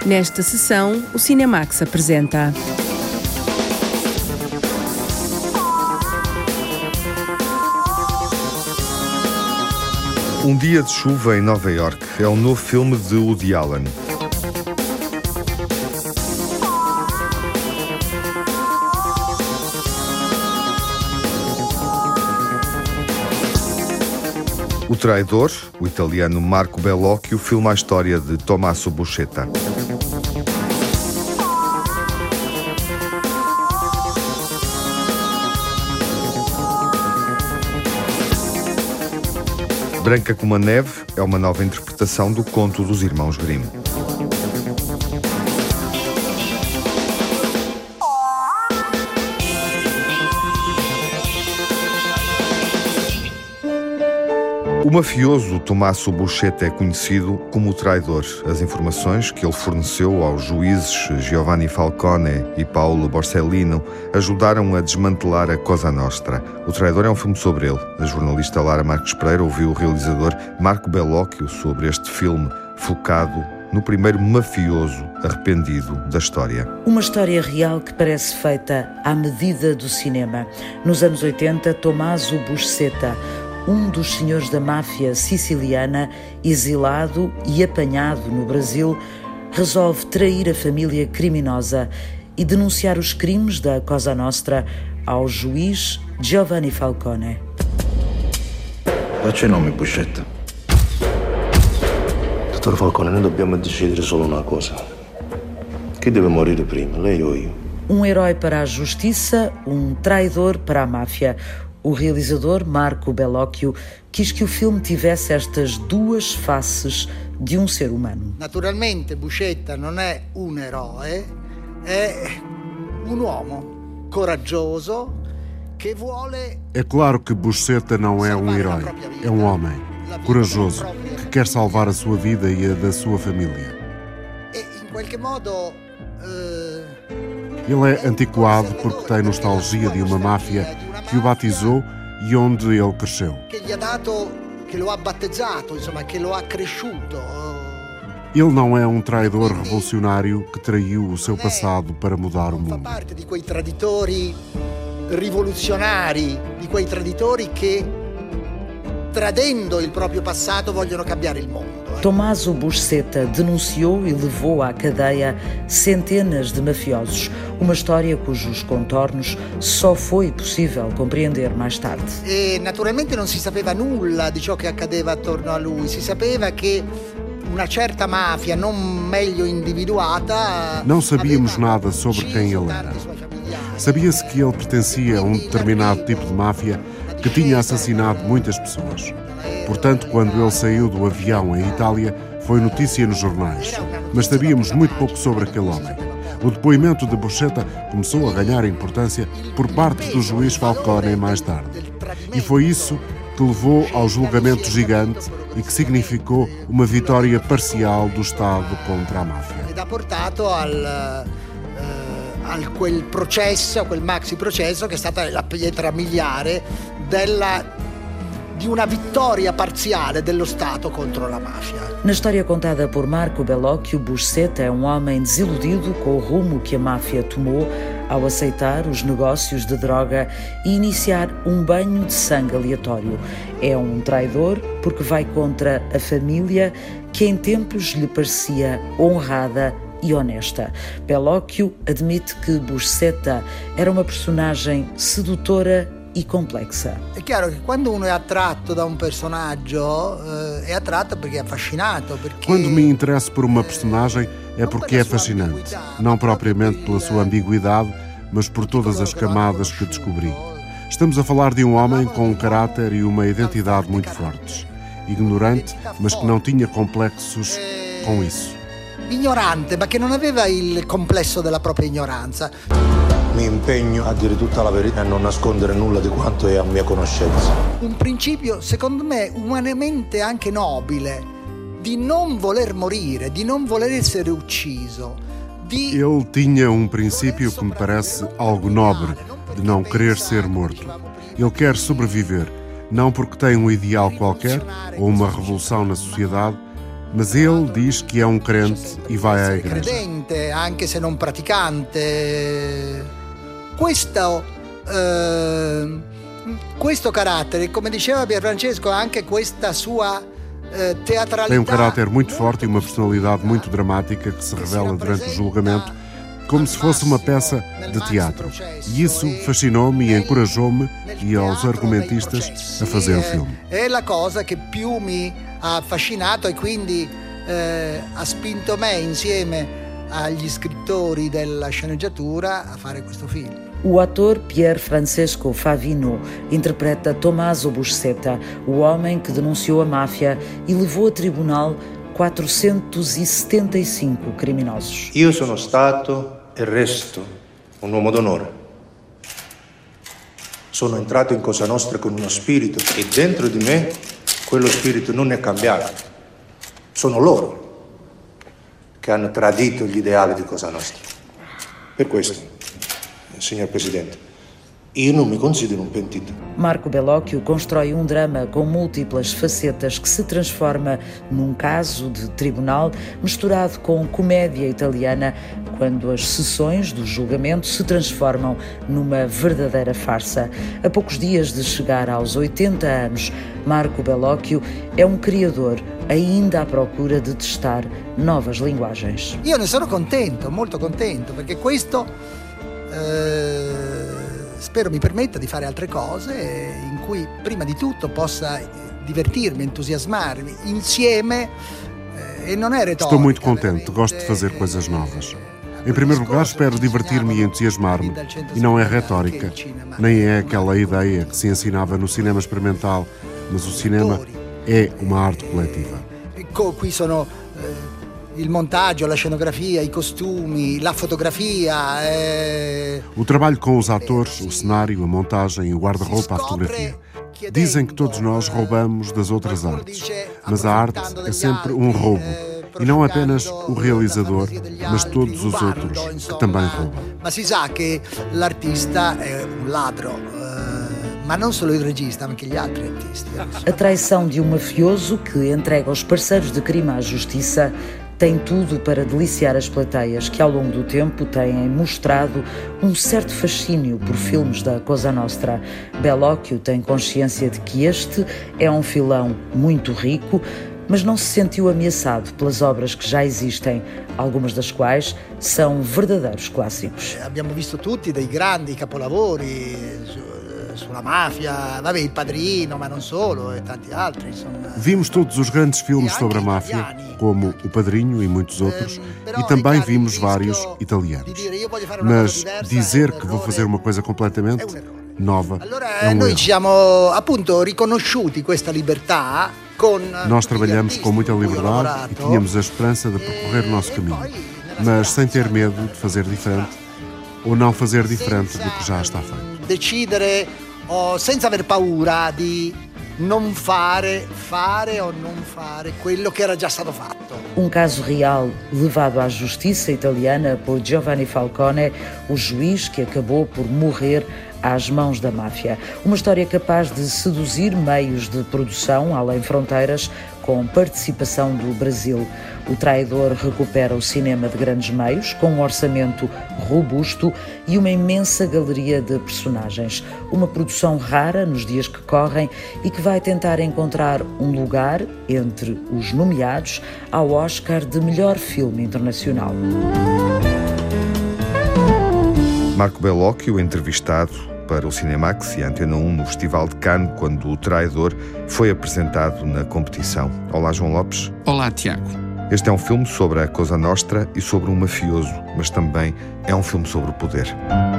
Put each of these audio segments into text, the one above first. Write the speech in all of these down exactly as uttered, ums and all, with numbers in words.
Nesta sessão, o Cinemax apresenta... Um Dia de Chuva em Nova Iorque é um novo filme de Woody Allen. O Traidor, o italiano Marco Bellocchio, filma a história de Tommaso Buscetta. Branca como a Neve é uma nova interpretação do conto dos Irmãos Grimm. O mafioso Tommaso Buscetta é conhecido como o traidor. As informações que ele forneceu aos juízes Giovanni Falcone e Paolo Borsellino ajudaram a desmantelar a Cosa Nostra. O Traidor é um filme sobre ele. A jornalista Lara Marques Pereira ouviu o realizador Marco Bellocchio sobre este filme focado no primeiro mafioso arrependido da história. Uma história real que parece feita à medida do cinema. Nos anos oitenta, Tommaso Buscetta, um dos senhores da máfia siciliana, exilado e apanhado no Brasil, resolve trair a família criminosa e denunciar os crimes da Cosa Nostra ao juiz Giovanni Falcone. Faccia i nomi, Buscetta. Dottor Falcone, noi dobbiamo decidere solo una cosa. Chi deve morire prima, lei o io? Um herói para a justiça, um traidor para a máfia. O realizador Marco Bellocchio quis que o filme tivesse estas duas faces de um ser humano. Naturalmente Buscetta non è un eroe, è un uomo coraggioso che vuole... É claro que Buscetta não é um herói, é um homem corajoso que quer salvar a sua vida e a da sua família. E in qualche modo Ele é antiquado porque tem nostalgia de uma máfia que o batizou e onde ele cresceu. Ele não é um traidor revolucionário que traiu o seu passado para mudar o mundo. Fa parte di quei traditori rivoluzionari, di quei traditori che, tradendo il proprio passato, vogliono cambiare il mondo. Tommaso Buscetta denunciou e levou à cadeia centenas de mafiosos, uma história cujos contornos só foi possível compreender mais tarde. E naturalmente non si sapeva nulla di ciò che accadeva attorno a lui, si sapeva che una certa mafia non meglio individuata. Não sabíamos nada sobre quem ele era. Sabia-se que ele pertencia a um determinado tipo de máfia que tinha assassinado muitas pessoas. Portanto, quando ele saiu do avião em Itália, foi notícia nos jornais. Mas sabíamos muito pouco sobre aquele homem. O depoimento de Buscetta começou a ganhar importância por parte do juiz Falcone mais tarde. E foi isso que levou ao julgamento gigante e que significou uma vitória parcial do Estado contra a máfia. Ed ha portato al, uh, al quel processo, a quel maxi processo che è stata la pietra miliare della de uma vitória parcial dello Stato contra a máfia. Na história contada por Marco Bellocchio, Buscetta é um homem desiludido com o rumo que a máfia tomou ao aceitar os negócios de droga e iniciar um banho de sangue aleatório. É um traidor porque vai contra a família que em tempos lhe parecia honrada e honesta. Bellocchio admite que Buscetta era uma personagem sedutora e complexa. È chiaro che quando uno è attratto da un personaggio eh, è attratto perché è affascinato. Perché... Quando me interesso por uma personagem é porque é fascinante, não propriamente pela sua ambiguidade, mas por todas as camadas que descobri. Estamos a falar de um homem com um caráter e uma identidade muito fortes, ignorante, mas que não tinha complexos com isso. Ignorante, ma che non aveva il complesso della propria ignoranza. Mi impegno a dire tutta la verità e a non nascondere nulla di quanto è a mia conoscenza. Un principio, secondo me, umanamente anche nobile, di non voler morire, di non voler essere ucciso. Di... Ele tinha um princípio que me parece algo nobre, de não querer ser morto. Ele quer sobreviver, não porque tem um ideal qualquer ou uma revolução na sociedade, Mas ele diz que é um crente e vai à igreja. Credente, anche se non praticante. Questo, eh, questo carattere, come diceva Pierfrancesco, anche questa sua eh, teatralità. Tem um caráter muito forte e uma personalidade muito dramática que se revela durante o julgamento, como se fosse uma peça de teatro. E isso fascinou-me e encorajou-me e aos argumentistas a fazer o filme. É a coisa que più mi ha affascinato e quindi eh, ha spinto me insieme agli scrittori della sceneggiatura a fare questo film. O ator Pierfrancesco Favino interpreta Tommaso Buscetta, o homem que denunciou a máfia e levou a tribunal quattrocentos e setenta e cinco criminosos. Io sono stato e resto un uomo d'onore. Sono entrato in Cosa Nostra con uno spirito e dentro di me quello spirito non è cambiato. Sono loro che hanno tradito gli ideali di Cosa Nostra. Per questo, signor Presidente, io non mi considero un pentito. Marco Bellocchio constrói um drama com múltiplas facetas que se transforma num caso de tribunal misturado com comédia italiana, quando as sessões do julgamento se transformam numa verdadeira farsa. A poucos dias de chegar aos oitenta anos, Marco Bellocchio é um criador ainda à procura de testar novas linguagens. Io ne sono contento, molto contento, perché questo eh, spero mi permetta di fare altre cose in cui prima di tutto possa divertirmi, entusiasmarmi insieme eh, e non è retorica. Estou muito contente, gosto de fazer coisas novas. Em primeiro lugar, espero divertir-me e entusiasmar-me. E não é retórica, nem é aquela ideia que se ensinava no cinema experimental, mas o cinema é uma arte coletiva. Qui sono eh, il montaggio, la scenografia, i costumi, la fotografia. Eh... O trabalho com os atores, o cenário, a montagem, o guarda-roupa, a fotografia. Dizem que todos nós roubamos das outras artes, mas a arte é sempre um roubo. E não apenas o realizador, mas todos os outros que também roubam. Mas si sa che l'artista è un ladro, ma non solo il regista, anche gli altri artisti. A traição de um mafioso que entrega os parceiros de crime à justiça tem tudo para deliciar as plateias que ao longo do tempo têm mostrado um certo fascínio por filmes da Cosa Nostra. Bellocchio tem consciência de que este é um filão muito rico, mas não se sentiu ameaçado pelas obras que já existem, algumas das quais são verdadeiros clássicos. Abbiamo visto tutti dei grandi capolavori sulla mafia, vabbè, Il Padrino, ma non solo, e tanti altri, insomma. Vimos todos os grandes filmes sobre a máfia, como O Padrinho e muitos outros, e também vimos vários italianos. Mas dizer que vou fazer uma coisa completamente nova é um Noi erro. ci siamo appunto riconosciuti questa libertà. Nós trabalhamos com muita liberdade e tínhamos a esperança de percorrer o nosso caminho, mas sem ter medo de fazer diferente ou não fazer diferente do que já está feito. Decidere oh, senza aver paura di non fare, fare o non fare quello che era già stato fatto. Um caso real levado à justiça italiana por Giovanni Falcone, o juiz que acabou por morrer às mãos da máfia. Uma história capaz de seduzir meios de produção além fronteiras, com participação do Brasil. O traidor recupera o cinema de grandes meios, com um orçamento robusto e uma imensa galeria de personagens. Uma produção rara nos dias que correm e que vai tentar encontrar um lugar entre os nomeados ao Oscar de melhor filme internacional. Marco Bellocchio, entrevistado para o Cinemax e a Antena um no Festival de Cannes, quando O Traidor foi apresentado na competição. Olá, João Lopes. Olá, Tiago. Este é um filme sobre a Cosa Nostra e sobre um mafioso, mas também é um filme sobre o poder.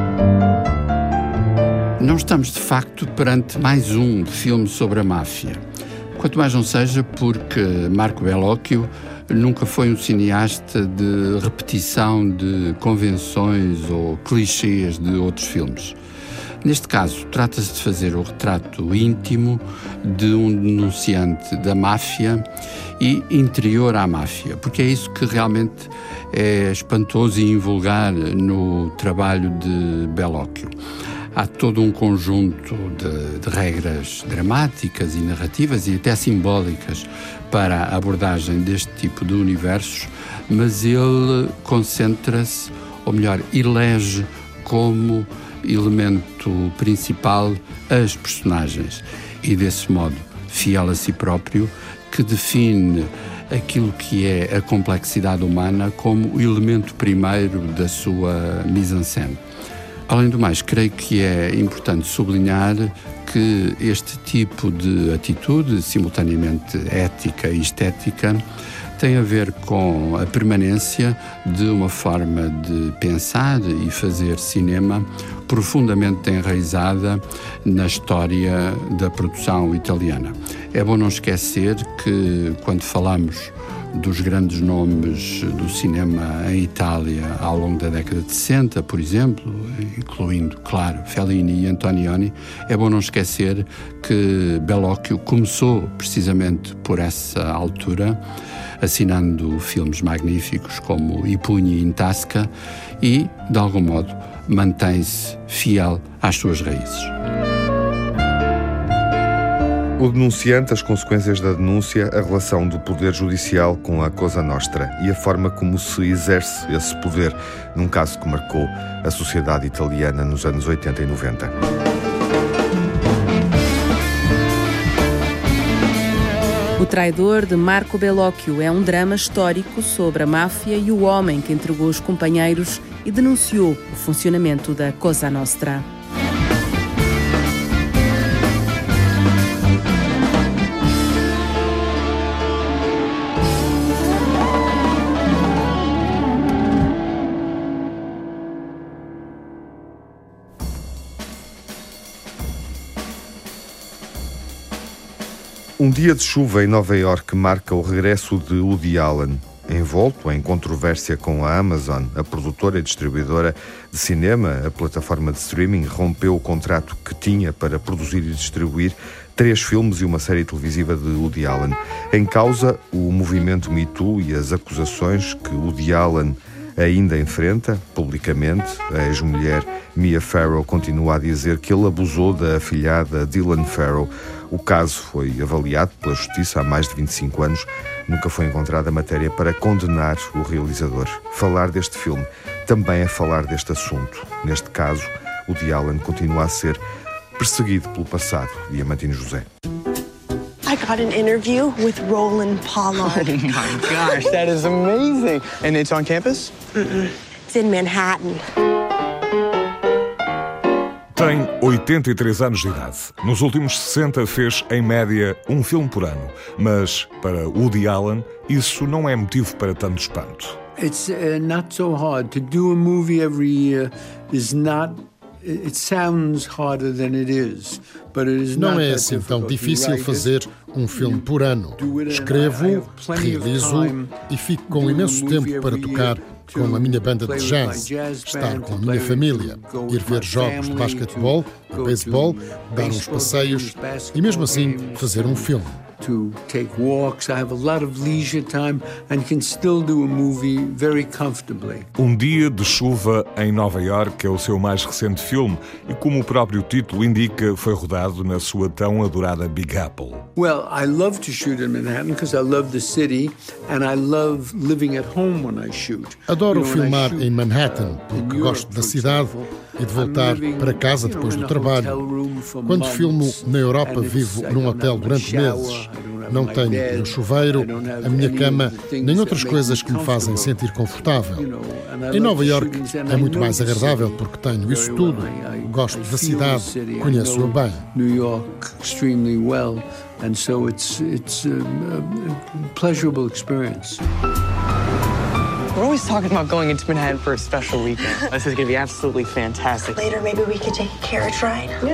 Não estamos, de facto, perante mais um filme sobre a máfia. Quanto mais não seja porque Marco Bellocchio nunca foi um cineasta de repetição de convenções ou clichês de outros filmes. Neste caso, trata-se de fazer o retrato íntimo de um denunciante da máfia e interior à máfia, porque é isso que realmente é espantoso e invulgar no trabalho de Bellocchio. há todo um conjunto de, de regras dramáticas e narrativas e até simbólicas para a abordagem deste tipo de universos, mas ele concentra-se, ou melhor, elege como elemento principal as personagens e, desse modo, fiel a si próprio, que define aquilo que é a complexidade humana como o elemento primeiro da sua mise-en-scène. Além do mais, creio que é importante sublinhar que este tipo de atitude, simultaneamente ética e estética, tem a ver com a permanência de uma forma de pensar e fazer cinema profundamente enraizada na história da produção italiana. É bom não esquecer que, quando falamos dos grandes nomes do cinema em Itália ao longo da década de sessenta, por exemplo, incluindo, claro, Fellini e Antonioni, é bom não esquecer que Bellocchio começou precisamente por essa altura, assinando filmes magníficos como I Pugni in Tasca e, de algum modo, mantém-se fiel às suas raízes. O denunciante, as consequências da denúncia, a relação do poder judicial com a Cosa Nostra e a forma como se exerce esse poder, num caso que marcou a sociedade italiana nos anos oitenta e noventa. O Traidor, de Marco Bellocchio, é um drama histórico sobre a máfia e o homem que entregou os companheiros e denunciou o funcionamento da Cosa Nostra. Um dia de chuva em Nova Iorque marca o regresso de Woody Allen. Envolto em controvérsia com a Amazon, a produtora e distribuidora de cinema, a plataforma de streaming rompeu o contrato que tinha para produzir e distribuir três filmes e uma série televisiva de Woody Allen. Em causa, o movimento Me Too e as acusações que Woody Allen ainda enfrenta publicamente. A ex-mulher Mia Farrow continua a dizer que ele abusou da afilhada Dylan Farrow. O caso foi avaliado pela Justiça há mais de vinte e cinco anos. Nunca foi encontrada matéria para condenar o realizador. Falar deste filme também é falar deste assunto. Neste caso, Woody Allen continua a ser perseguido pelo passado. Diamantino José. I got an interview with Roland Pollard. Oh my gosh, that is amazing. And it's on campus? Mm-mm. It's in Manhattan. Tem oitenta e três anos de idade. Nos últimos sessenta fez, em média, um filme por ano. Mas, para Woody Allen, isso não é motivo para tanto espanto. It's uh, not so hard. To do a movie every year is not... It sounds harder than it is, but it is not. Não é assim tão difícil fazer um filme por ano. Escrevo, realizo e fico com imenso tempo para tocar com a minha banda de jazz, estar com a minha família, ir ver jogos de basquetebol, de beisebol, dar uns passeios e mesmo assim fazer um filme. To take walks, I have a lot of leisure time and can still do a movie very comfortably. Um Dia de Chuva em Nova Iorque é o seu mais recente filme e, como o próprio título indica, foi rodado na sua tão adorada Big Apple. Well, I love to shoot in Manhattan because I love the city and I love living at home when I shoot. Adoro you know, filmar em Manhattan porque gosto da cidade e de voltar para casa depois do trabalho. Quando filmo na Europa, vivo num hotel durante meses. Não tenho nem chuveiro, a minha cama, nem outras coisas que me fazem sentir confortável. Em Nova Iorque é muito mais agradável porque tenho isso tudo. Gosto da cidade, conheço-a bem. New York extremely well, and so it's it's a, a pleasurable experience. We're always talking about going into Manhattan for a special weekend. This is going to be absolutely fantastic. Later, maybe we could take a carriage ride. Yeah.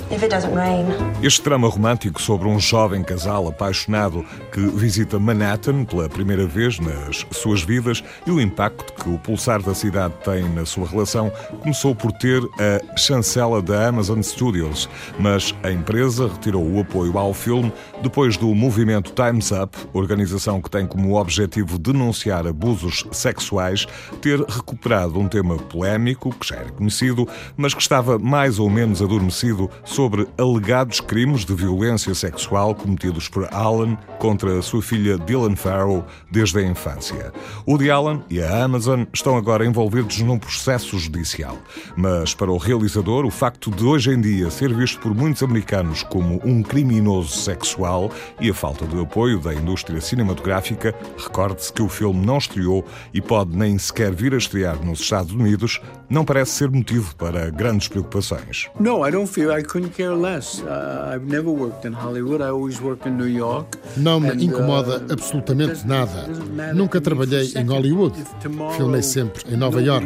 If it doesn't rain. Este drama romântico sobre um jovem casal apaixonado que visita Manhattan pela primeira vez nas suas vidas e o impacto que o pulsar da cidade tem na sua relação começou por ter a chancela da Amazon Studios, mas a empresa retirou o apoio ao filme depois do movimento Time's Up, organização que tem como objetivo denunciar abusos sexuais, ter recuperado um tema polémico que já era conhecido, mas que estava mais ou menos adormecido sobre alegados crimes de violência sexual cometidos por Allen contra a sua filha Dylan Farrow desde a infância. Woody Allen e a Amazon estão agora envolvidos num processo judicial. Mas para o realizador, o facto de hoje em dia ser visto por muitos americanos como um criminoso sexual e a falta de apoio da indústria cinematográfica, recorde-se que o filme não estreou e pode nem sequer vir a estrear nos Estados Unidos, não parece ser motivo para grandes preocupações. No, I don't feel I couldn't care less. Uh, I've never worked in Hollywood. I always work in New York. Não me incomoda absolutamente nada. Nunca trabalhei em Hollywood. Filmei sempre em Nova York.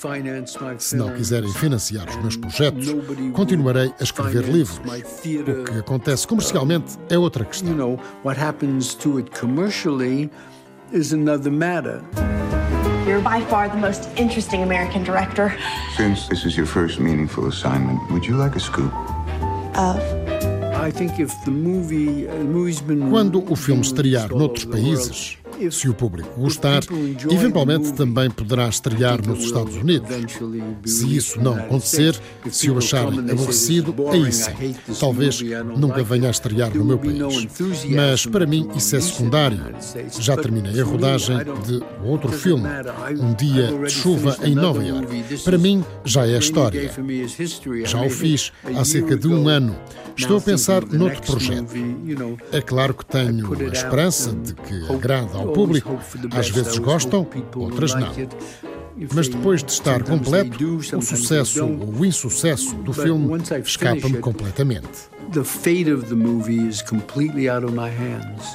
Se não quiserem financiar os meus projetos, continuarei a escrever livros. O que acontece comercialmente é outra questão. You know, what happens to it commercially is another matter. You're by far the most interesting American director. Since this is your first meaningful assignment, would you like a scoop? Of? I think if the movie, the movie's been Quando o filme estrear noutros países, se o público gostar, eventualmente também poderá estrear nos Estados Unidos. Se isso não acontecer, se o acharem aborrecido, aí sim, talvez nunca venha a estrear no meu país. Mas para mim isso é secundário. Já terminei a rodagem de outro filme, Um Dia de Chuva em Nova York. Para mim já é história. Já o fiz há cerca de um ano. Estou a pensar noutro projeto. É claro que tenho a esperança de que agrade ao público. Às vezes gostam, outras não. Mas depois de estar completo, o sucesso ou o insucesso do filme escapa-me completamente. The fate of the movie is completely out of my hands.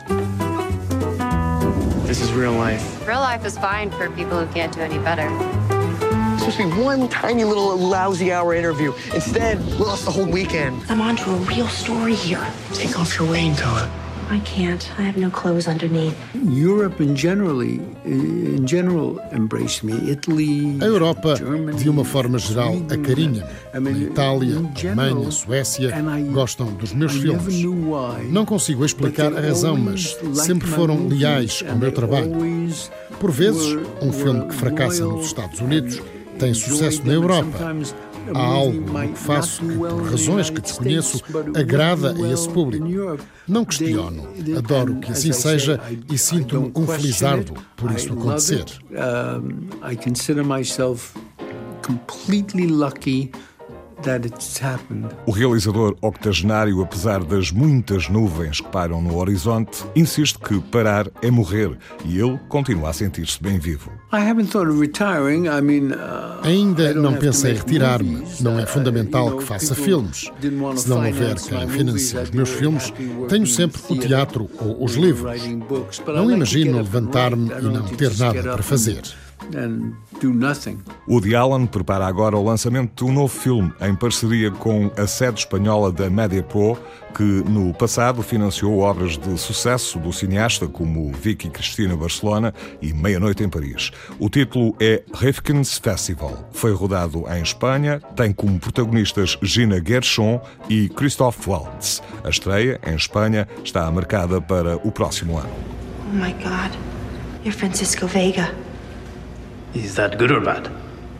This is real life. Real life is fine for people who can't do any better. It's supposed to be one tiny little lousy hour interview. Instead, we lost the whole weekend. I'm onto a real story here. Take off your raincoat. I can't. I have no clothes underneath. Europe in generally, in general, embraced me. Italy, A Europa, Germany, de uma forma geral, Sweden, acarinha-me. A Itália, a Alemanha, a Suécia gostam dos meus filmes. Não consigo explicar a razão, mas sempre foram leais ao meu trabalho. Por vezes, um filme que fracassa nos Estados Unidos tem sucesso na Europa. Há algo no que faço que, por razões que desconheço, agrada a esse público. Não questiono, adoro que assim seja e sinto-me um felizardo por isso acontecer. I consider myself completely lucky that it's happened. O realizador octogenário, apesar das muitas nuvens que pairam no horizonte, insiste que parar é morrer e ele continua a sentir-se bem vivo. I haven't thought of retiring. I mean, uh, Ainda não pensei em retirar-me. Não é fundamental que faça filmes. Se não houver quem financie os meus filmes, tenho sempre o teatro ou os livros. Não imagino levantar-me e não ter nada para fazer. and do nothing. Woody Allen prepara agora o lançamento de um novo filme em parceria com a sede espanhola da Mediapro, que no passado financiou obras de sucesso do cineasta como Vicky Cristina Barcelona e Meia-Noite em Paris. O título é Rifkin's Festival. Foi rodado em Espanha, tem como protagonistas Gina Gershon e Christoph Waltz. A estreia em Espanha está marcada para o próximo ano. Oh my God, you're Francisco Vega. Is that good or bad?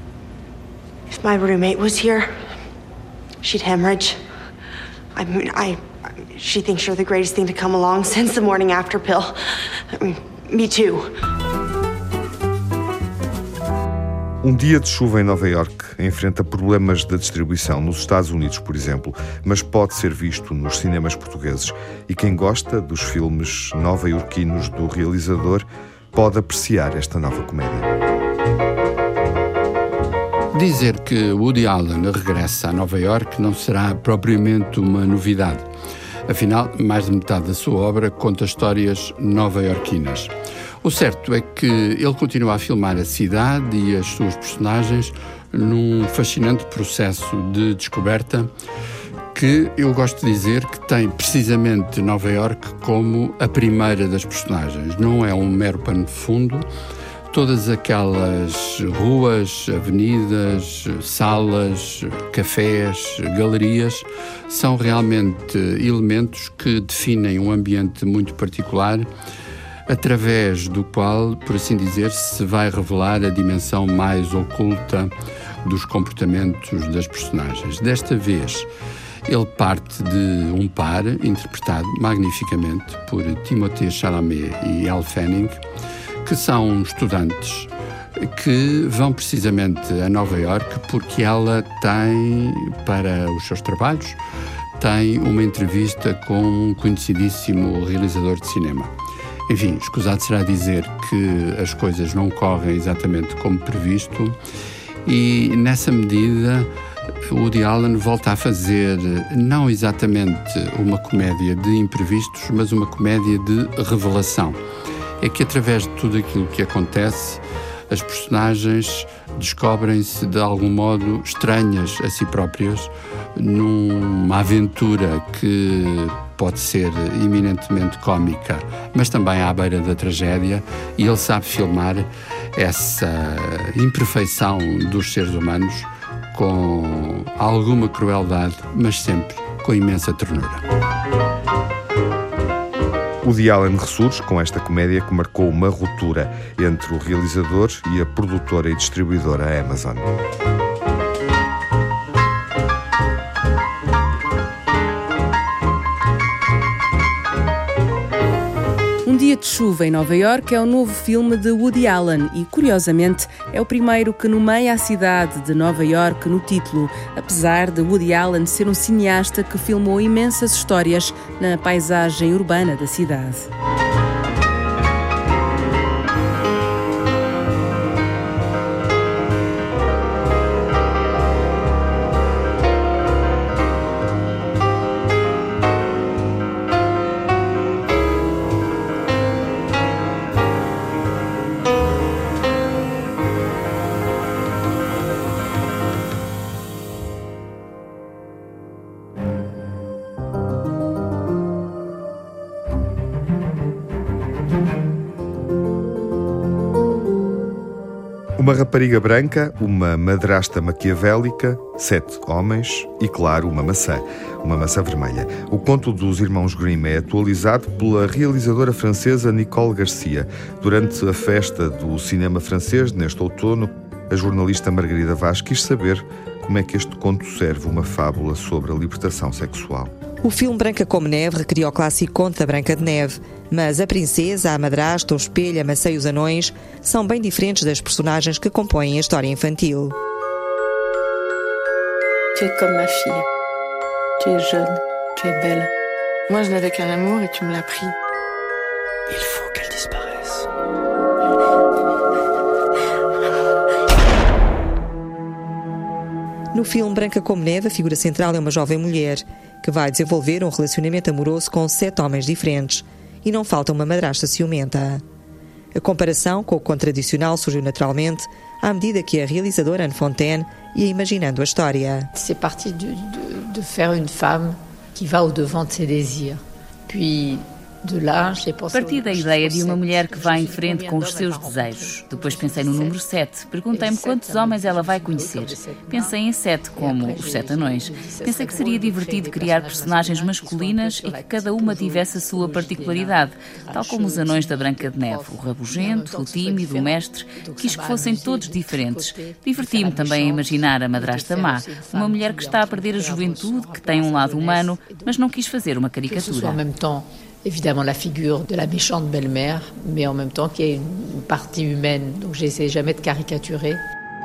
If my roommate was here, she'd hemorrhage. I mean, I, she thinks you're the greatest thing to come along since the morning after pill. I mean, me too. Um Dia de Chuva em Nova Iorque enfrenta problemas da distribuição nos Estados Unidos, por exemplo, mas pode ser visto nos cinemas portugueses. E quem gosta dos filmes nova-iorquinos do realizador pode apreciar esta nova comédia. Dizer que Woody Allen regressa a Nova Iorque não será propriamente uma novidade. Afinal, mais de metade da sua obra conta histórias nova-iorquinas. O certo é que ele continua a filmar a cidade e as suas personagens num fascinante processo de descoberta que eu gosto de dizer que tem precisamente Nova Iorque como a primeira das personagens. Não é um mero pano de fundo. Todas aquelas ruas, avenidas, salas, cafés, galerias são realmente elementos que definem um ambiente muito particular, através do qual, por assim dizer, se vai revelar a dimensão mais oculta dos comportamentos das personagens. Desta vez, ele parte de um par, interpretado magnificamente por Timothée Chalamet e Elle Fanning, que são estudantes que vão precisamente a Nova Iorque porque ela tem, para os seus trabalhos, tem uma entrevista com um conhecidíssimo realizador de cinema. Enfim, escusado será dizer que as coisas não correm exatamente como previsto e, nessa medida, Woody Allen volta a fazer não exatamente uma comédia de imprevistos, mas uma comédia de revelação. É que através de tudo aquilo que acontece, as personagens descobrem-se de algum modo estranhas a si próprias numa aventura que pode ser eminentemente cómica, mas também à beira da tragédia, e ele sabe filmar essa imperfeição dos seres humanos com alguma crueldade, mas sempre com imensa ternura. Woody Allen ressurge com esta comédia que marcou uma ruptura entre o realizador e a produtora e distribuidora Amazon. Um Dia de Chuva em Nova Iorque é o novo filme de Woody Allen e, curiosamente, é o primeiro que nomeia a cidade de Nova Iorque no título, apesar de Woody Allen ser um cineasta que filmou imensas histórias na paisagem urbana da cidade. Uma rapariga branca, uma madrasta maquiavélica, sete homens e, claro, uma maçã, uma maçã vermelha. O conto dos irmãos Grimm é atualizado pela realizadora francesa Nicole Garcia. Durante a festa do cinema francês, neste outono, a jornalista Margarida Vaz quis saber como é que este conto serve uma fábula sobre a libertação sexual. O filme Branca como Neve recria o clássico conto da Branca de Neve, mas a princesa, a madrasta, o espelho, a maçã e os anões são bem diferentes das personagens que compõem a história infantil. Tu es comme ma fille. Tu es jeune, tu es belle. Moi, je n'avais qu'un amour et tu me l'as pris. Il faut qu'elle disparaisse. No filme Branca como Neve, a figura central é uma jovem mulher que vai desenvolver um relacionamento amoroso com sete homens diferentes e não falta uma madrasta ciumenta. A comparação com o conto tradicional surgiu naturalmente à medida que a realizadora Anne Fontaine ia imaginando a história. C'est parti de, de, de faire une femme qui va au-devant de ses désirs. Puis Parti da ideia de uma mulher que vai em frente com os seus desejos. Depois pensei no número sete. Perguntei-me quantos homens ela vai conhecer. Pensei em sete, como os sete anões. Pensei que seria divertido criar personagens masculinas e que cada uma tivesse a sua particularidade, tal como os anões da Branca de Neve. O rabugento, o tímido, o mestre. Quis que fossem todos diferentes. Diverti-me também a imaginar a madrasta má, uma mulher que está a perder a juventude, que tem um lado humano, mas não quis fazer uma caricatura. Évidemment la figure de la méchante belle-mère, mais en même temps qu'il y ait une partie humaine, donc j'essaie jamais de caricaturer.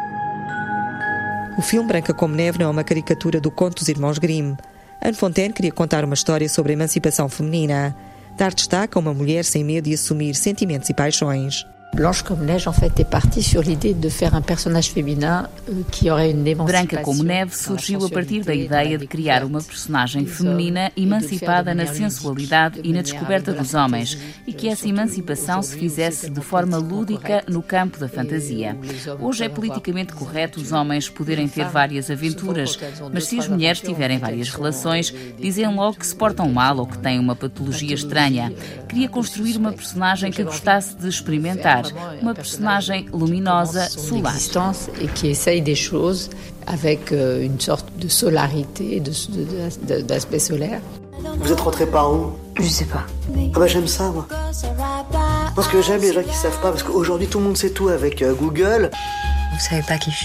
O filme Branca como Neve não é uma caricatura do conto dos irmãos Grimm. Anne Fontaine queria contar uma história sobre a emancipação feminina, dar destaque a uma mulher sem medo de assumir sentimentos e paixões. Blanche comme neige, en fait, est partie sur l'idée de faire un personnage féminin qui aurait une émancipation. Branca como Neve surgiu a partir da ideia de criar uma personagem feminina emancipada na sensualidade e na descoberta dos homens, e que essa emancipação se fizesse de forma lúdica no campo da fantasia. Hoje é politicamente correto os homens poderem ter várias aventuras, mas se as mulheres tiverem várias relações, dizem logo que se portam mal ou que têm uma patologia estranha. Queria construir uma personagem que gostasse de experimentar, uma personagem luminosa, solar. Et qui essaye des choses avec une sorte de solarité, de, de, de, d'aspect solaire. Vous êtes rentré par où? Je sais pas. Ah bah j'aime ça, moi. Parce que j'aime les gens qui savent pas, parce qu'aujourd'hui tout le monde sait tout avec euh, Google. Vous savez pas qui je suis.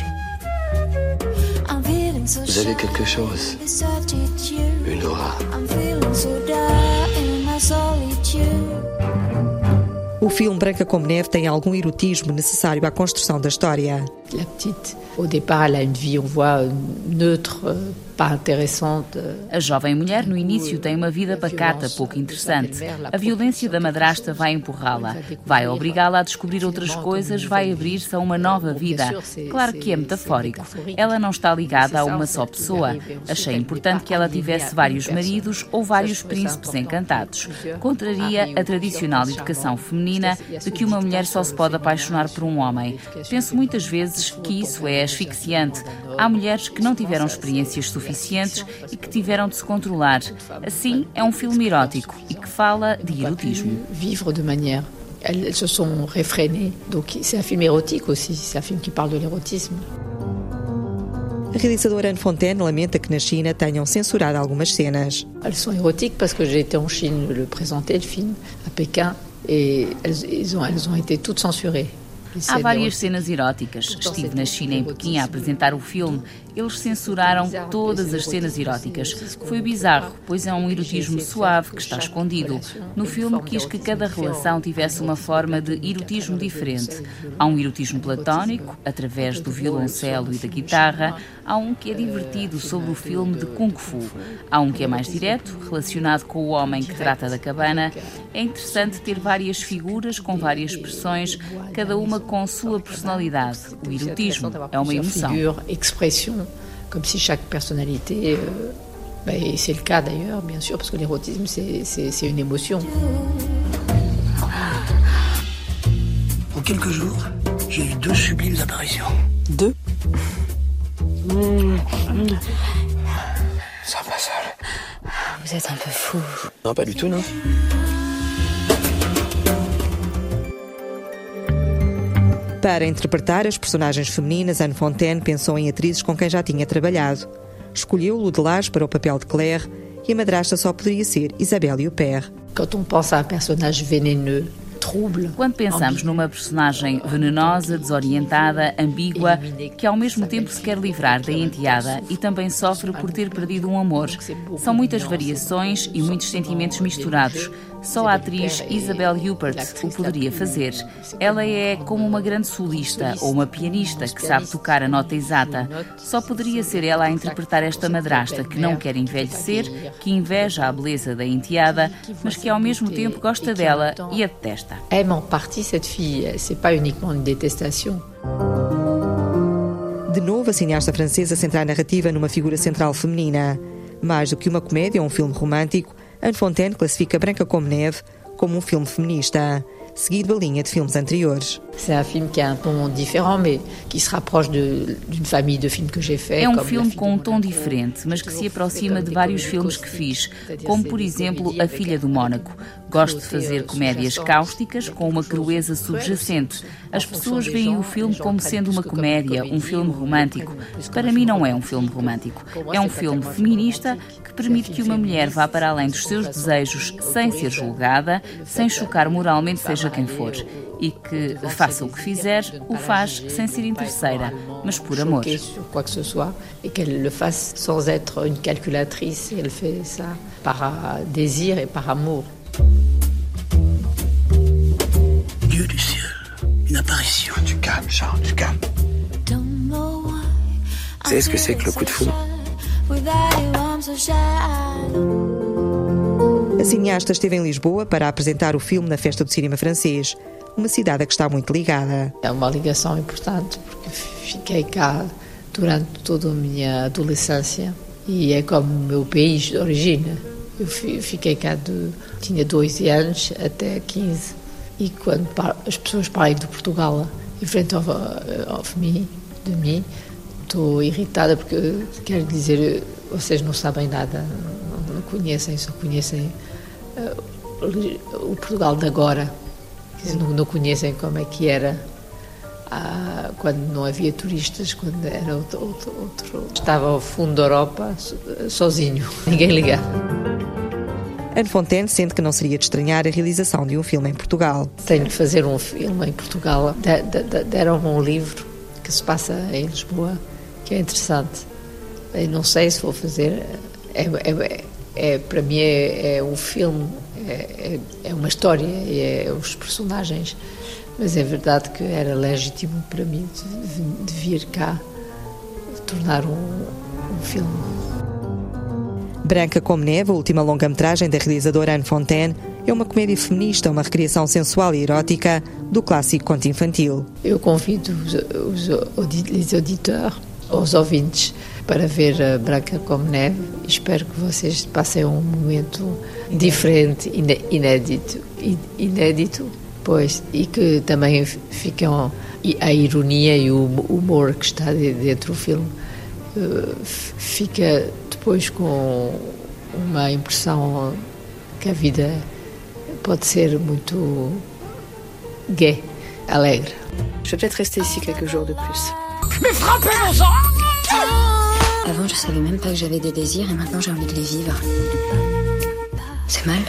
Vous avez quelque chose. Une aura. O filme Branca como Neve tem algum erotismo necessário à construção da história. La petite, au départ, elle a une vie, on voit, neutre, pas intéressante. A jovem mulher, no início, tem uma vida pacata, pouco interessante. A violência da madrasta vai empurrá-la, vai obrigá-la a descobrir outras coisas, vai abrir-se a uma nova vida. Claro que é metafórico. Ela não está ligada a uma só pessoa. Achei importante que ela tivesse vários maridos ou vários príncipes encantados. Contraria a tradicional educação feminina de que uma mulher só se pode apaixonar por um homem. Penso muitas vezes que isso é asfixiante. Há mulheres que não tiveram experiências suficientes e que tiveram de se controlar. Assim, é um filme erótico e que fala de erotismo. Vivre de manière. Elles se sont réfrénées. Donc c'est un film érotique aussi, c'est un film qui parle de l'érotisme. A realizadora Anne Fontaine lamenta que na China tenham censurado algumas cenas. Elles sont érotiques parce que j'ai été en Chine le présenter le film à Pékin et elles, elles, ont, elles ont été toutes censurées. Há várias cenas eróticas. Estive na China, em Pequim, a apresentar o filme. Eles censuraram todas as cenas eróticas. Foi bizarro, pois é um erotismo suave que está escondido. No filme quis que cada relação tivesse uma forma de erotismo diferente. Há um erotismo platónico, através do violoncelo e da guitarra. Há um que é divertido, sobre o filme de Kung Fu. Há um que é mais direto, relacionado com o homem que trata da cabana. É interessante ter várias figuras com várias expressões, cada uma com sua personalidade. O erotismo é uma emoção. Comme si chaque personnalité, euh, bah, et c'est le cas d'ailleurs, bien sûr, parce que l'érotisme, c'est, c'est, c'est une émotion. En quelques jours, j'ai eu deux sublimes apparitions. Deux mmh. Mmh. C'est impassable. Vous êtes un peu fou. Non, pas du tout, non. Para interpretar as personagens femininas, Anne Fontaine pensou em atrizes com quem já tinha trabalhado. Escolheu Lou Delage para o papel de Claire e a madrasta só poderia ser Isabelle Huppert. Quand on pense à un personnage vénéneux, quando pensamos numa personagem venenosa, desorientada, ambígua, que ao mesmo tempo se quer livrar da enteada e também sofre por ter perdido um amor. São muitas variações e muitos sentimentos misturados. Só a atriz Isabelle Huppert o poderia fazer. Ela é como uma grande solista ou uma pianista que sabe tocar a nota exata. Só poderia ser ela a interpretar esta madrasta que não quer envelhecer, que inveja a beleza da enteada, mas que ao mesmo tempo gosta dela e a detesta. Aime en partie cette fille, c'est pas uniquement une détestation. De novo, a cineasta francesa centra a narrativa numa figura central feminina. Mais do que uma comédia ou um filme romântico, Anne Fontaine classifica Branca como Neve como um filme feminista, seguido a linha de filmes anteriores. C'est un film qui a un ton différent, mais qui se rapproche de, d'une famille de films que j'ai fait. É um filme com um tom diferente, mas que se aproxima de vários filmes que fiz, como por exemplo A Filha do Mónaco. Gosto de fazer comédias cáusticas com uma crueza subjacente. As pessoas veem o filme como sendo uma comédia, um filme romântico. Para mim não é um filme romântico. É um filme feminista que permite que uma mulher vá para além dos seus desejos sem ser julgada, sem chocar moralmente seja quem for. E que, faça o que fizer, o faz sem ser interesseira, mas por amor. Quoi que ce soit, et qu'elle le fasse sans être une calculatrice, elle fait ça par désir et par amour. Dieu du ciel, une apparition. Du calme, Charles, du calme. Vous savez ce que c'est que le coup de foudre? A cineasta esteve em Lisboa para apresentar o filme na Festa do Cinema Francês. uma cidade a que está muito ligada. É uma ligação importante porque fiquei cá durante toda a minha adolescência e é como o meu país de origem. Eu fiquei cá, de, tinha doze anos até quinze, e quando as pessoas falam de Portugal em frente ao, ao mim, de mim, estou irritada porque, quero dizer, vocês não sabem nada, não, não conhecem, só conhecem uh, o Portugal de agora, não, não conhecem como é que era ah, quando não havia turistas, quando era outro, outro, outro. Estava ao fundo da Europa, sozinho, ninguém ligava. Anne Fontaine sente que não seria de estranhar a realização de um filme em Portugal. Tenho de fazer um filme em Portugal. Deram-me um livro que se passa em Lisboa, que é interessante. Eu não sei se vou fazer. É, é, é, para mim é, é um filme, é, é uma história, é os personagens. Mas é verdade que era legítimo para mim de, de vir cá tornar um, um filme. Branca como Neve, a última longa-metragem da realizadora Anne Fontaine, é uma comédia feminista, uma recriação sensual e erótica do clássico conto infantil. Eu convido os, os, os auditores, os ouvintes, para ver Branca como Neve. Espero que vocês passem um momento diferente, inédito, inédito, pois, e que também ficam a ironia e o humor que está dentro do filme fica depois com uma impressão que a vida pode ser muito gay, alegre. Je vais peut-être rester ici quelques jours de plus. Mais frappez mon sang! Avant, je savais même pas que j'avais des désirs et maintenant j'ai envie de les vivre. C'est mal?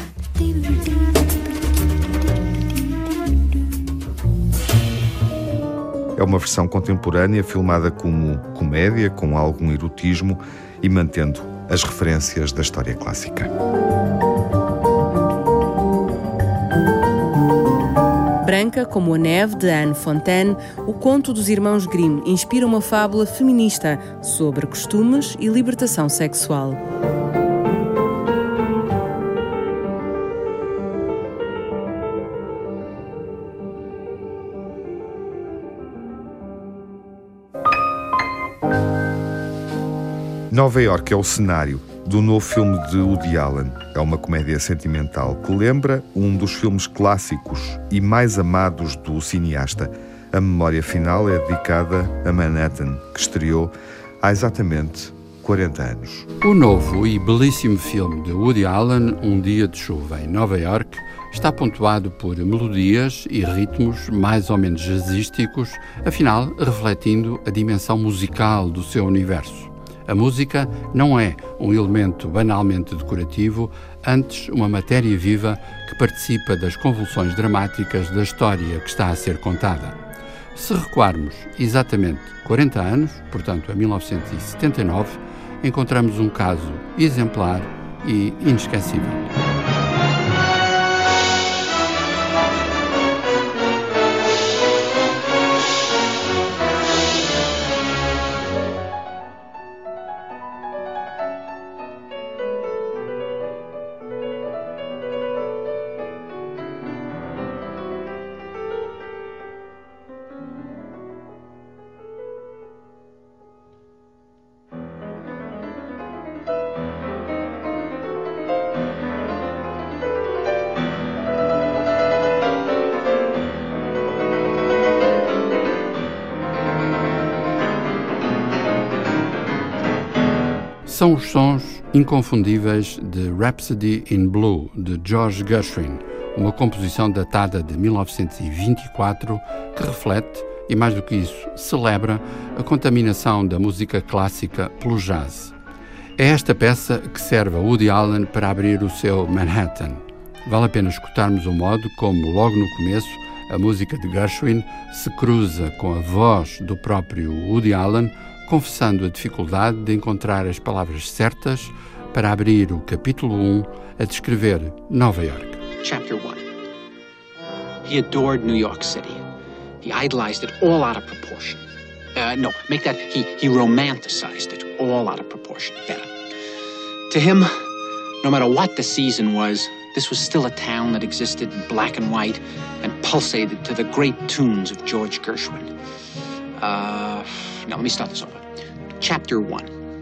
É uma versão contemporânea filmada como comédia, com algum erotismo e mantendo as referências da história clássica. Branca como a Neve, de Anne Fontaine, o conto dos irmãos Grimm inspira uma fábula feminista sobre costumes e libertação sexual. Nova Iorque é o cenário do novo filme de Woody Allen. É uma comédia sentimental que lembra um dos filmes clássicos e mais amados do cineasta. A memória final é dedicada a Manhattan, que estreou há exatamente quarenta anos. O novo e belíssimo filme de Woody Allen, Um Dia de Chuva em Nova Iorque, está pontuado por melodias e ritmos mais ou menos jazzísticos, afinal refletindo a dimensão musical do seu universo. A música não é um elemento banalmente decorativo, antes uma matéria viva que participa das convulsões dramáticas da história que está a ser contada. Se recuarmos exatamente quarenta anos, portanto a mil novecentos e setenta e nove, encontramos um caso exemplar e inesquecível. São os sons inconfundíveis de Rhapsody in Blue, de George Gershwin, uma composição datada de mil novecentos e vinte e quatro que reflete, e mais do que isso, celebra a contaminação da música clássica pelo jazz. É esta peça que serve a Woody Allen para abrir o seu Manhattan. Vale a pena escutarmos o modo como, logo no começo, a música de Gershwin se cruza com a voz do próprio Woody Allen, confessando a dificuldade de encontrar as palavras certas para abrir o capítulo um a descrever Nova Iorque. Chapter one. He adored New York City. He idolized it all out of proportion. Uh, no, make that, he, he romanticized it all out of proportion. Better. To him, no matter what the season was, this was still a town that existed in black and white and pulsated to the great tunes of George Gershwin. Uh, now, let me start this over. Chapter one.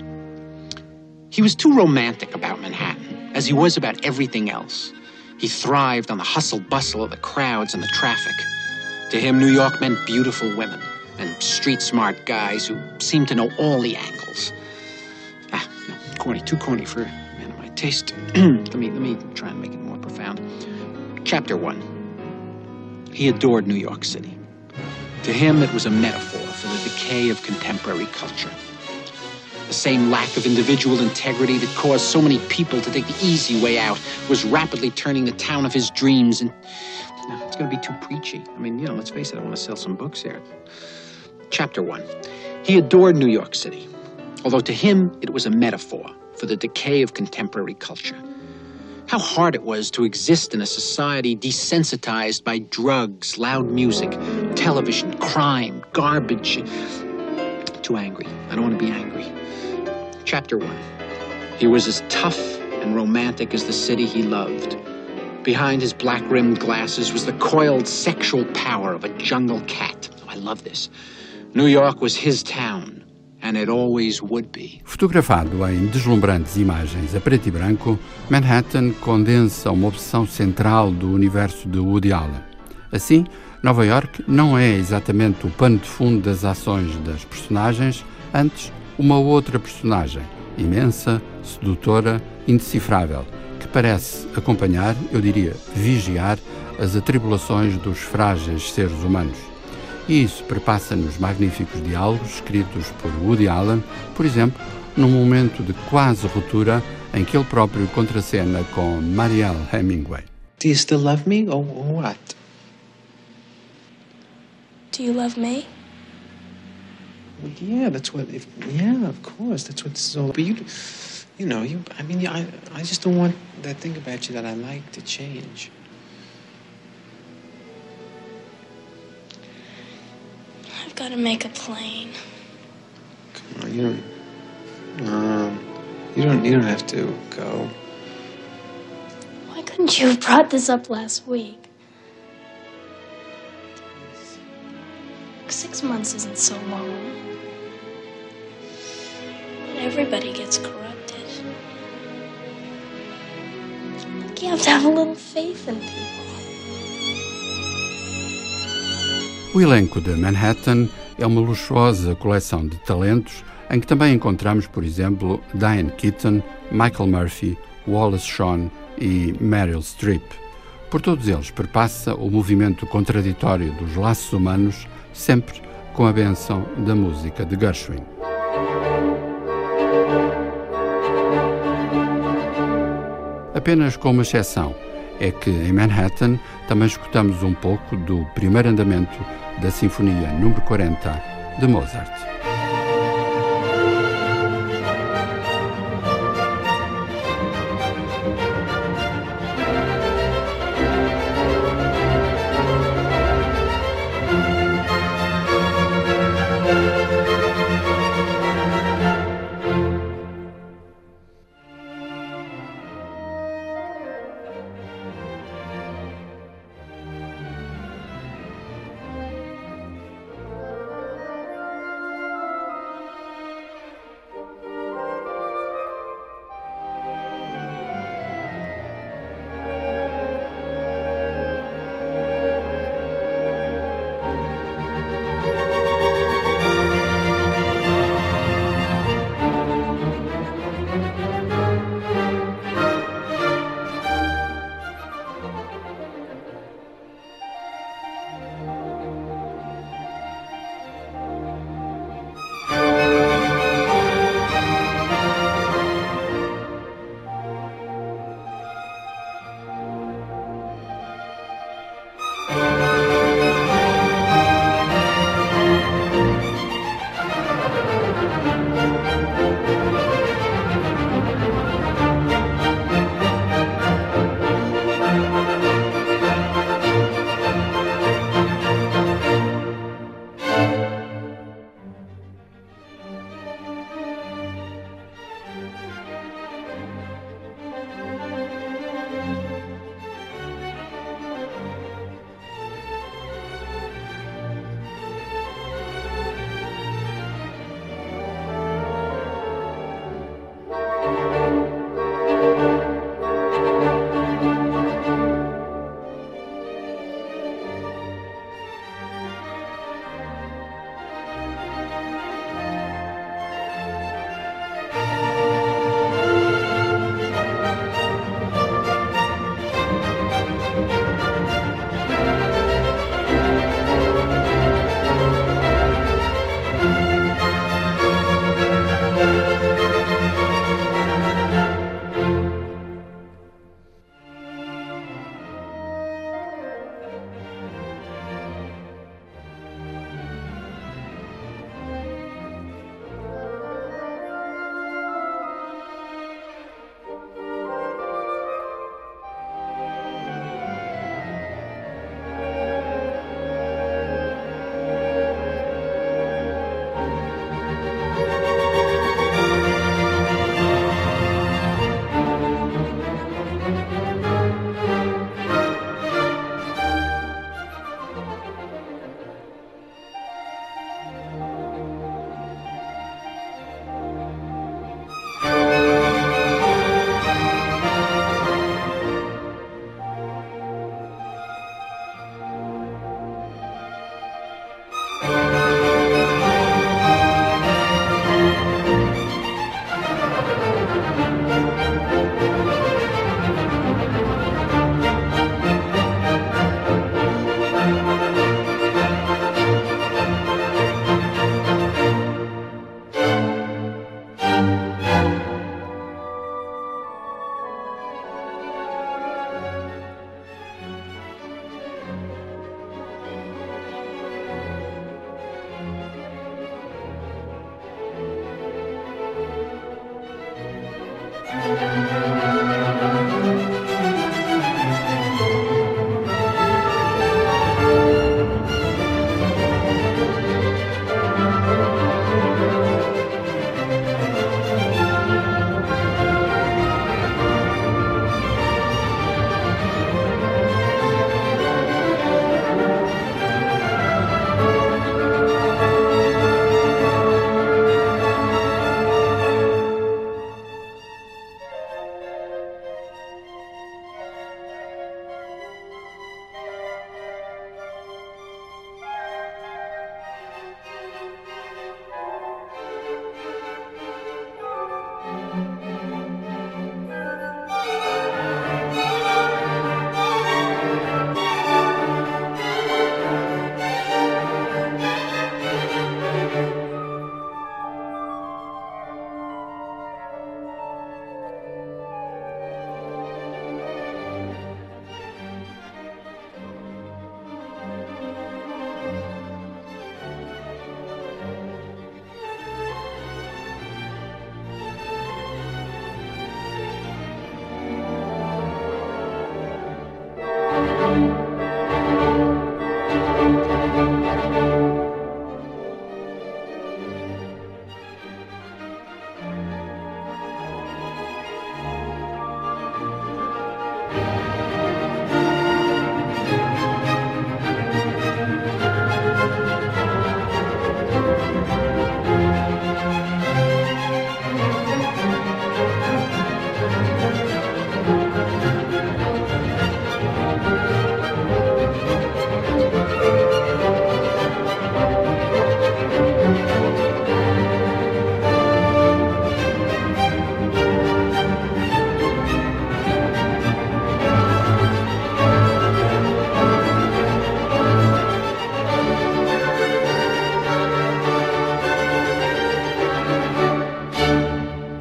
He was too romantic about Manhattan, as he was about everything else. He thrived on the hustle-bustle of the crowds and the traffic. To him, New York meant beautiful women and street-smart guys who seemed to know all the angles. Ah, no, corny, too corny for a man of my taste. let me let me try and make it more profound. Chapter one. He adored New York City. To him, it was a metaphor for the decay of contemporary culture. The same lack of individual integrity that caused so many people to take the easy way out was rapidly turning the town of his dreams and... No, it's going to be too preachy. I mean, you know, let's face it, I want to sell some books here. Chapter one. He adored New York City, although to him it was a metaphor for the decay of contemporary culture. How hard it was to exist in a society desensitized by drugs, loud music, television, crime, garbage. Too angry. I don't want to be angry. Chapter one. He was as tough and romantic as the city he loved. Behind his black-rimmed glasses was the coiled sexual power of a jungle cat. Oh, I love this. New York was his town, and it always would be. Fotografado em deslumbrantes imagens a preto e branco, Manhattan condensa uma obsessão central do universo de Woody Allen. Assim, Nova York não é exatamente o pano de fundo das ações das personagens, antes uma outra personagem, imensa, sedutora, indecifrável, que parece acompanhar, eu diria, vigiar, as atribulações dos frágeis seres humanos. E isso perpassa nos magníficos diálogos escritos por Woody Allen, por exemplo, num momento de quase ruptura em que ele próprio contracena com Marielle Hemingway. Do you still love me, or what? Do you love me? Yeah, that's what. If, yeah, of course, that's what this is all. But you, you know, you. I mean, I, I just don't want that thing about you that I like to change. I've got to make a plane. Come on, you don't. Um, you don't. You don't have to go. Why couldn't you have brought this up last week? Six months isn't so long. But everybody gets corrupted. Like you have to have a little faith in people. O elenco de Manhattan é uma luxuosa coleção de talentos em que também encontramos, por exemplo, Diane Keaton, Michael Murphy, Wallace Shawn e Meryl Streep. Por todos eles perpassa o movimento contraditório dos laços humanos, sempre com a bênção da música de Gershwin. Apenas com uma exceção, é que em Manhattan também escutamos um pouco do primeiro andamento da Sinfonia número quarenta de Mozart.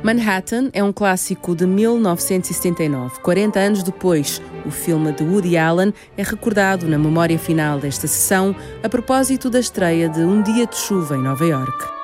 Manhattan é um clássico de mil novecentos e setenta e nove. quarenta anos depois, o filme de Woody Allen é recordado na memória final desta sessão a propósito da estreia de Um Dia de Chuva em Nova Iorque.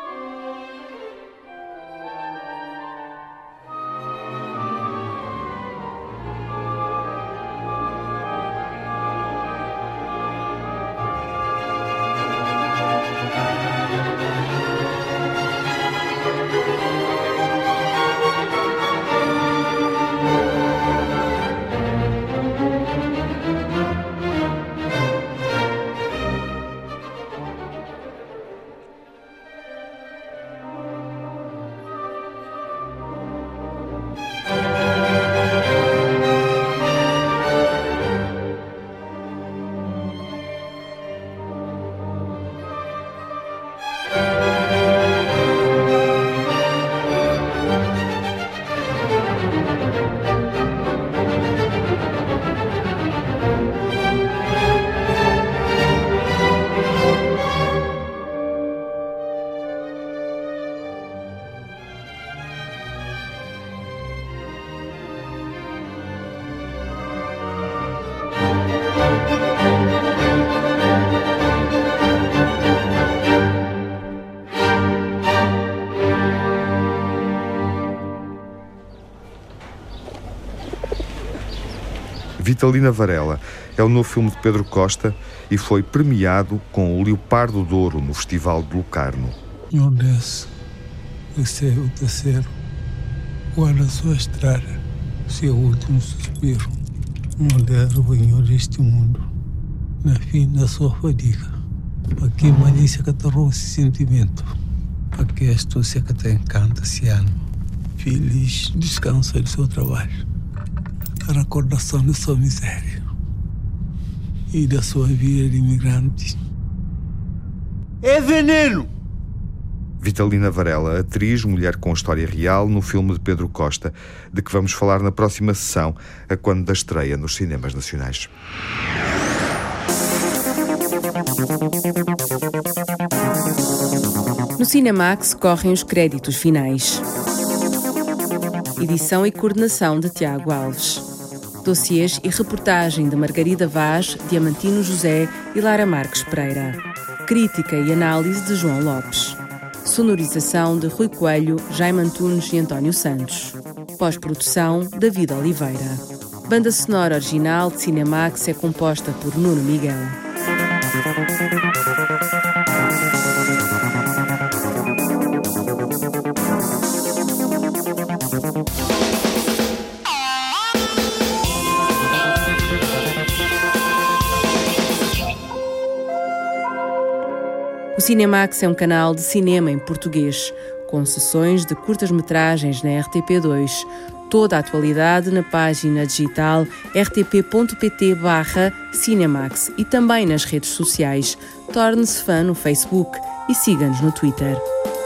Vitalina Varela é o novo filme de Pedro Costa e foi premiado com o Leopardo de Ouro no Festival de Locarno. Meu Deus, você é o terceiro. Guarda a sua estrada, seu último suspiro. Não deve banhar este mundo, na fim da sua fadiga. Aqui a malícia que te rouba esse sentimento. Aqui a astúcia que te encanta esse ano. Feliz descanso do seu trabalho. A recordação da sua miséria e da sua vida de imigrante. É veneno! Vitalina Varela, atriz, mulher com história real, no filme de Pedro Costa, de que vamos falar na próxima sessão, a quando da estreia nos cinemas nacionais. No Cinemax correm os créditos finais. Edição e coordenação de Tiago Alves. Dossiês e reportagem de Margarida Vaz, Diamantino José e Lara Marques Pereira. Crítica e análise de João Lopes. Sonorização de Rui Coelho, Jaime Antunes e António Santos. Pós-produção, David Oliveira. Banda sonora original de Cinemax é composta por Nuno Miguel. O Cinemax é um canal de cinema em português, com sessões de curtas-metragens na R T P dois. Toda a atualidade na página digital r t p ponto p t barra Cinemax e também nas redes sociais. Torne-se fã no Facebook e siga-nos no Twitter.